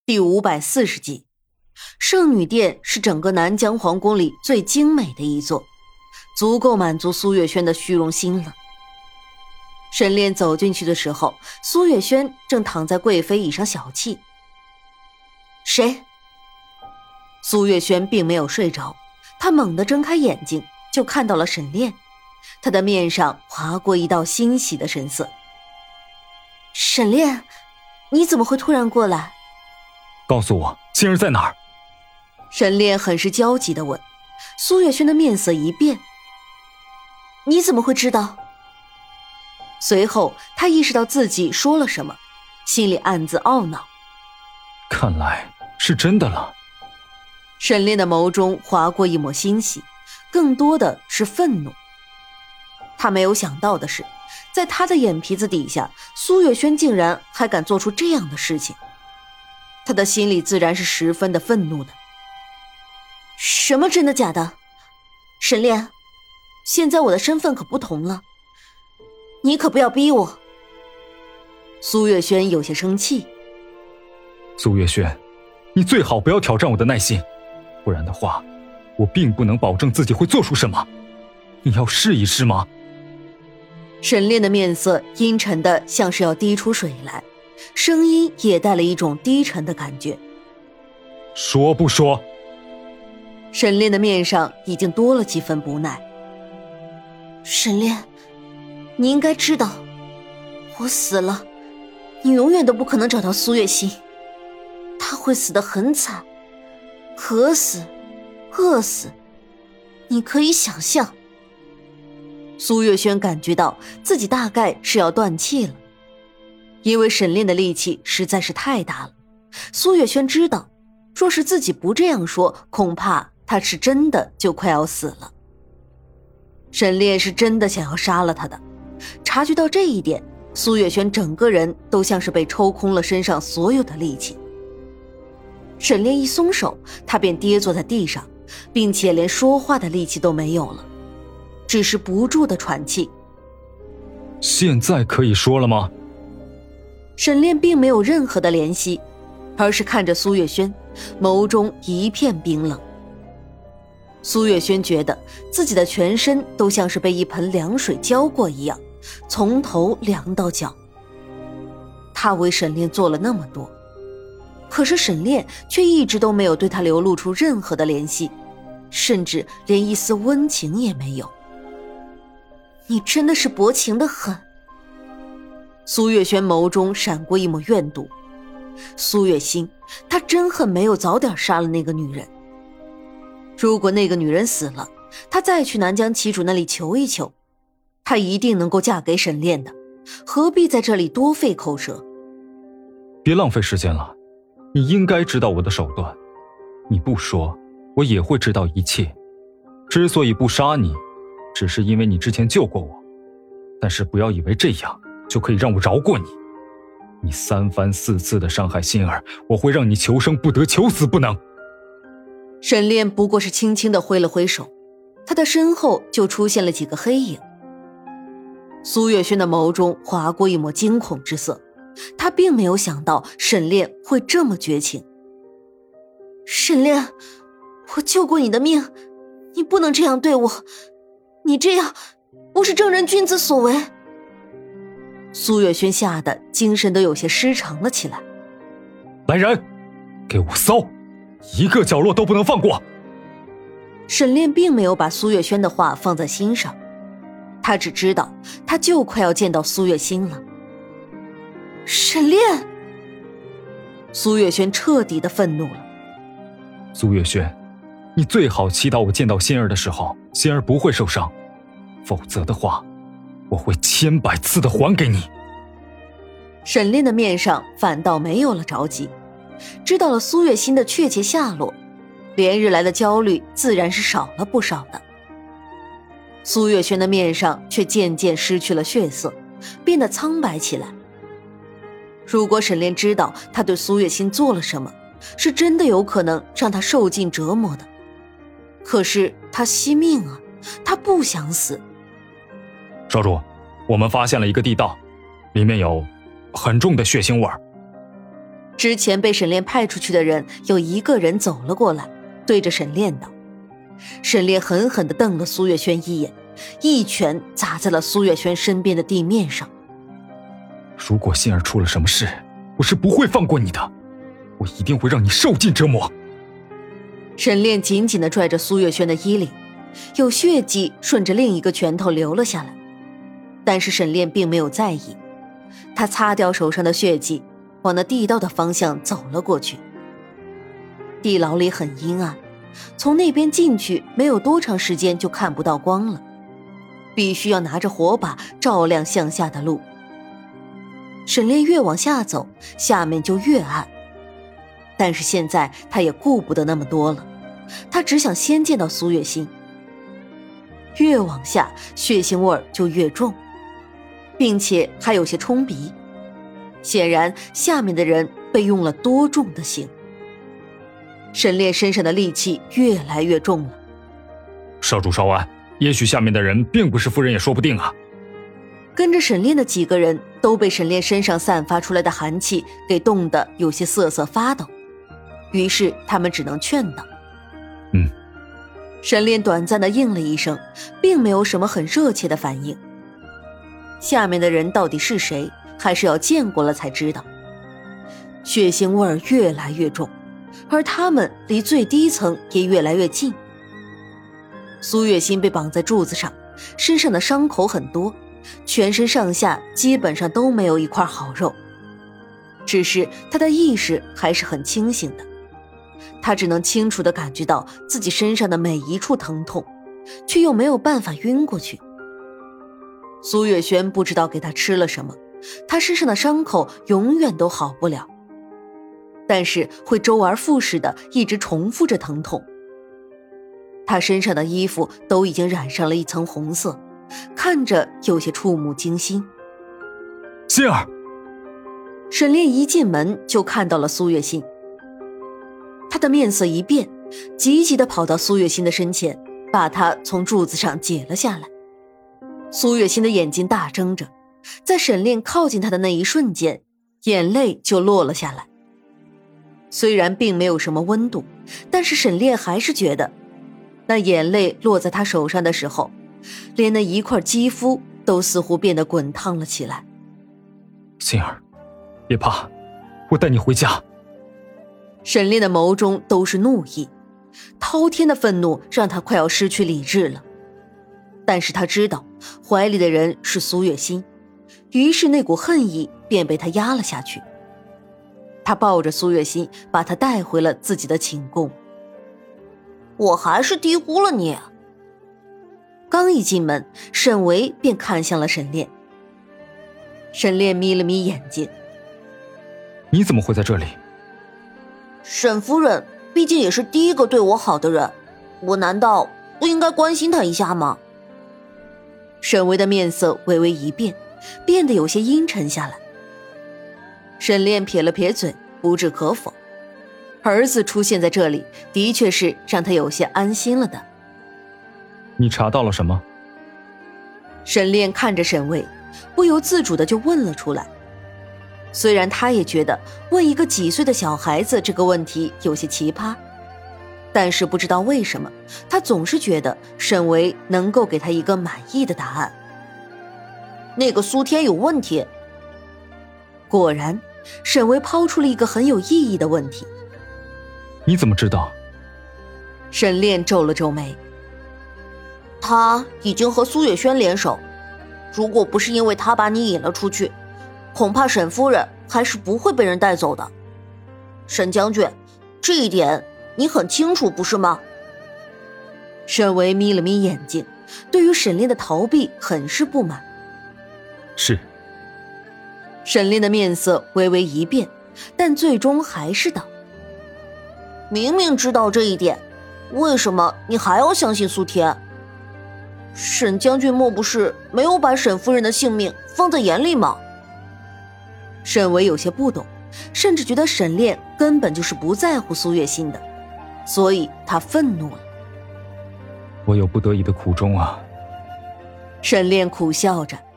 第540集。圣女殿是整个南疆皇宫里最精美的一座，足够满足苏月轩的虚荣心了。沈炼走进去的时候，苏月轩正躺在贵妃椅上小憩。谁？苏月轩并没有睡着，他猛地睁开眼睛，就看到了沈炼，他的面上划过一道欣喜的神色。沈炼，你怎么会突然过来？ 告诉我，心儿在哪儿？ 沈炼很是焦急地问。苏月轩的面色一变。你怎么会知道？随后他意识到自己说了什么，心里暗自懊恼。 看来是真的了。 沈炼的眸中划过一抹欣喜，更多的是愤怒。他没有想到的是，在他的眼皮子底下，苏月轩竟然还敢做出这样的事情。他的心里自然是十分的愤怒的。什么真的假的？沈炼，现在我的身份可不同了，你可不要逼我。苏月轩有些生气。 苏月轩，你最好不要挑战我的耐心，不然的话，我并不能保证自己会做出什么。你要试一试吗？ 沈炼的面色阴沉的像是要滴出水来，声音也带了一种低沉的感觉。 说不说？ 沈炼的面上已经多了几分不耐。沈炼，你应该知道，我死了，你永远都不可能找到苏月心，他会死得很惨，渴死，饿死，你可以想象。苏月轩感觉到自己大概是要断气了，因为沈炼的力气实在是太大了。苏月轩知道，若是自己不这样说，恐怕他是真的就快要死了。沈炼是真的想要杀了他的。察觉到这一点，苏月轩整个人都像是被抽空了身上所有的力气。沈炼一松手，他便跌坐在地上，并且连说话的力气都没有了，只是不住的喘气。 现在可以说了吗？ 沈炼并没有任何的怜惜，而是看着苏月轩，眸中一片冰冷。苏月轩觉得自己的全身都像是被一盆凉水浇过一样，从头凉到脚。他为沈炼做了那么多，可是沈炼却一直都没有对他流露出任何的怜惜，甚至连一丝温情也没有。你真的是薄情得很。苏月轩眸中闪过一抹怨毒。苏月心，他真恨没有早点杀了那个女人。如果那个女人死了，他再去南疆旗主那里求一求，他一定能够嫁给沈炼的，何必在这里多费口舌？ 别浪费时间了，你应该知道我的手段，你不说，我也会知道一切。之所以不杀你，只是因为你之前救过我，但是不要以为这样就可以让我饶过你。你3番4次的伤害心儿，我会让你求生不得，求死不能。 沈炼不过是轻轻地挥了挥手，他的身后就出现了几个黑影。苏月轩的眸中划过一抹惊恐之色，他并没有想到沈炼会这么绝情。沈炼，我救过你的命，你不能这样对我，你这样不是正人君子所为。苏月轩吓得精神都有些失常了起来。 来人，给我搜，一个角落都不能放过。 沈炼并没有把苏月轩的话放在心上，他只知道他就快要见到苏月心了。沈炼！苏月轩彻底的愤怒了。 苏月轩，你最好祈祷我见到心儿的时候，心儿不会受伤，否则的话，我会千百次的还给你。 沈炼的面上反倒没有了着急，知道了苏月心的确切下落，连日来的焦虑自然是少了不少的。苏月轩的面上却渐渐失去了血色，变得苍白起来。如果沈炼知道他对苏月心做了什么，是真的有可能让他受尽折磨的。可是他惜命啊，他不想死。 少主，我们发现了一个地道，里面有很重的血腥味儿。 之前被沈炼派出去的人有一个人走了过来，对着沈炼道。沈炼狠狠地瞪了苏月轩一眼，一拳砸在了苏月轩身边的地面上。 如果心儿出了什么事，我是不会放过你的，我一定会让你受尽折磨。 沈炼紧紧地拽着苏月轩的衣领，有血迹顺着另一个拳头流了下来，但是沈炼并没有在意，他擦掉手上的血迹，往那地道的方向走了过去。地牢里很阴暗，从那边进去没有多长时间就看不到光了，必须要拿着火把照亮向下的路。沈炼越往下走，下面就越暗，但是现在他也顾不得那么多了，他只想先见到苏月心。越往下，血腥味就越重，并且还有些冲鼻，显然下面的人被用了多重的刑。沈炼身上的戾气越来越重了。 少主稍安，也许下面的人并不是夫人也说不定啊。 跟着沈炼的几个人都被沈炼身上散发出来的寒气给冻得有些瑟瑟发抖，于是他们只能劝道。沈炼短暂地应了一声，并没有什么很热切的反应。下面的人到底是谁，还是要见过了才知道。血腥味儿越来越重，而他们离最低层也越来越近。苏月心被绑在柱子上，身上的伤口很多，全身上下基本上都没有一块好肉，只是他的意识还是很清醒的。他只能清楚地感觉到自己身上的每一处疼痛，却又没有办法晕过去。苏月轩不知道给他吃了什么，他身上的伤口永远都好不了，但是会周而复始地一直重复着疼痛。他身上的衣服都已经染上了一层红色，看着有些触目惊心。 心儿！ 沈炼一进门就看到了苏月心，他的面色一变，急急地跑到苏月心的身前，把她从柱子上解了下来。苏月心的眼睛大睁着，在沈炼靠近她的那一瞬间，眼泪就落了下来。虽然并没有什么温度，但是沈炼还是觉得那眼泪落在他手上的时候，连那一块肌肤都似乎变得滚烫了起来。 心儿，别怕，我带你回家。 沈炼的眸中都是怒意，滔天的愤怒让他快要失去理智了。但是他知道怀里的人是苏月心，于是那股恨意便被他压了下去。他抱着苏月心，把她带回了自己的寝宫。我还是低估了你。刚一进门，沈维便看向了沈炼。沈炼眯了眯眼睛。 你怎么会在这里？ 沈夫人毕竟也是第一个对我好的人，我难道不应该关心她一下吗？沈维的面色微微一变，变得有些阴沉下来。沈炼撇了撇嘴，不置可否。儿子出现在这里，的确是让他有些安心了的。 你查到了什么？ 沈炼看着沈卫，不由自主的就问了出来。虽然他也觉得问一个几岁的小孩子这个问题有些奇葩，但是不知道为什么，他总是觉得沈维能够给他一个满意的答案。那个苏天有问题。果然，沈维抛出了一个很有意义的问题。 你怎么知道？ 沈炼皱了皱眉。他已经和苏月轩联手，如果不是因为他把你引了出去，恐怕沈夫人还是不会被人带走的。沈将军，这一点你很清楚不是吗？沈维眯了眯眼睛，对于沈炼的逃避很是不满。 是。 沈炼的面色微微一变，但最终还是道：明明知道这一点，为什么你还要相信苏天？沈将军莫不是没有把沈夫人的性命放在眼里吗？沈维有些不懂，甚至觉得沈炼根本就是不在乎苏月心的，所以他愤怒了。 我有不得已的苦衷啊。 沈炼苦笑着，